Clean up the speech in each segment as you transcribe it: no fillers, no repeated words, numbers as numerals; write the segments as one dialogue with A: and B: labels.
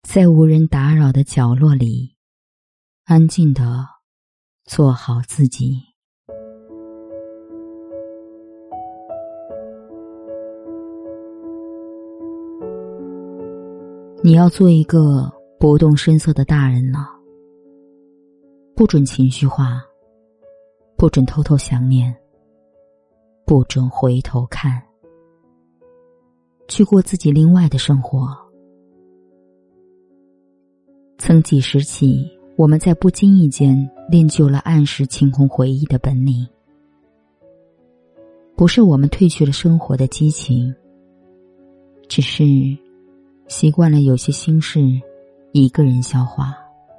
A: 在无人打扰的角落里，安静地做好自己。你要做一个不动声色的大人了，不准情绪化，不准偷偷想念，不准回头看，去过自己另外的生活。曾几时起，我们在不经意间练就了暗示晴空回忆的本领。不是我们褪去了生活的激情，只是习惯了有些心事一个人消化。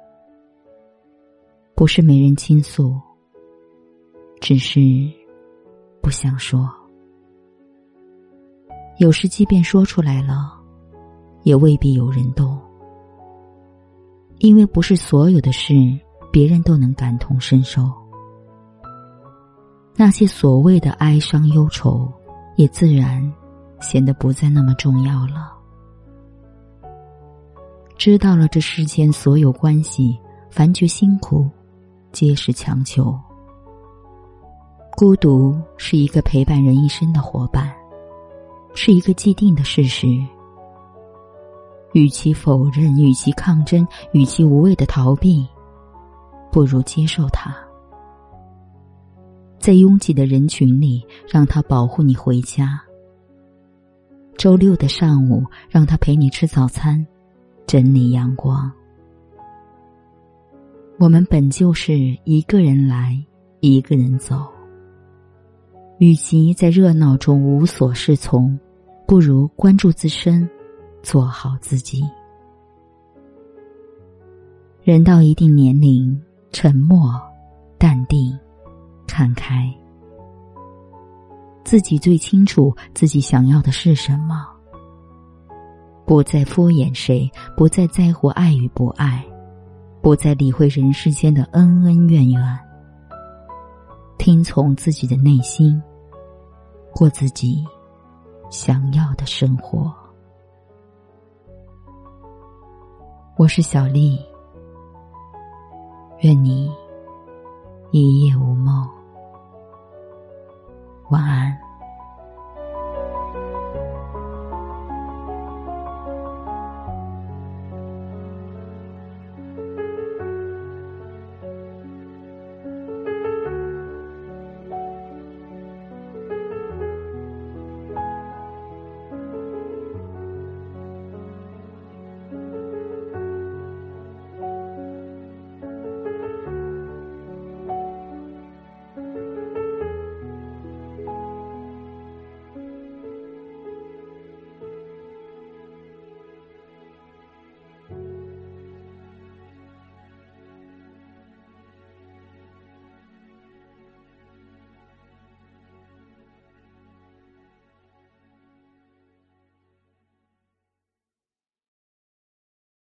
A: 不是没人倾诉，只是不想说。有时即便说出来了，也未必有人懂。因为不是所有的事别人都能感同身受。那些所谓的哀伤忧愁，也自然显得不再那么重要了。知道了这世间所有关系，凡觉辛苦，皆是强求。孤独是一个陪伴人一生的伙伴，是一个既定的事实。与其否认，与其抗争，与其无谓的逃避，不如接受它。在拥挤的人群里，让它保护你回家。周六的上午，让它陪你吃早餐，整理阳光。我们本就是一个人来，一个人走。与其在热闹中无所适从，不如关注自身，做好自己。人到一定年龄，沉默、淡定、看开。自己最清楚自己想要的是什么。不再敷衍谁，不再在乎爱与不爱，不再理会人世间的恩恩怨怨。听从自己的内心，过自己想要的生活。我是小丽，愿你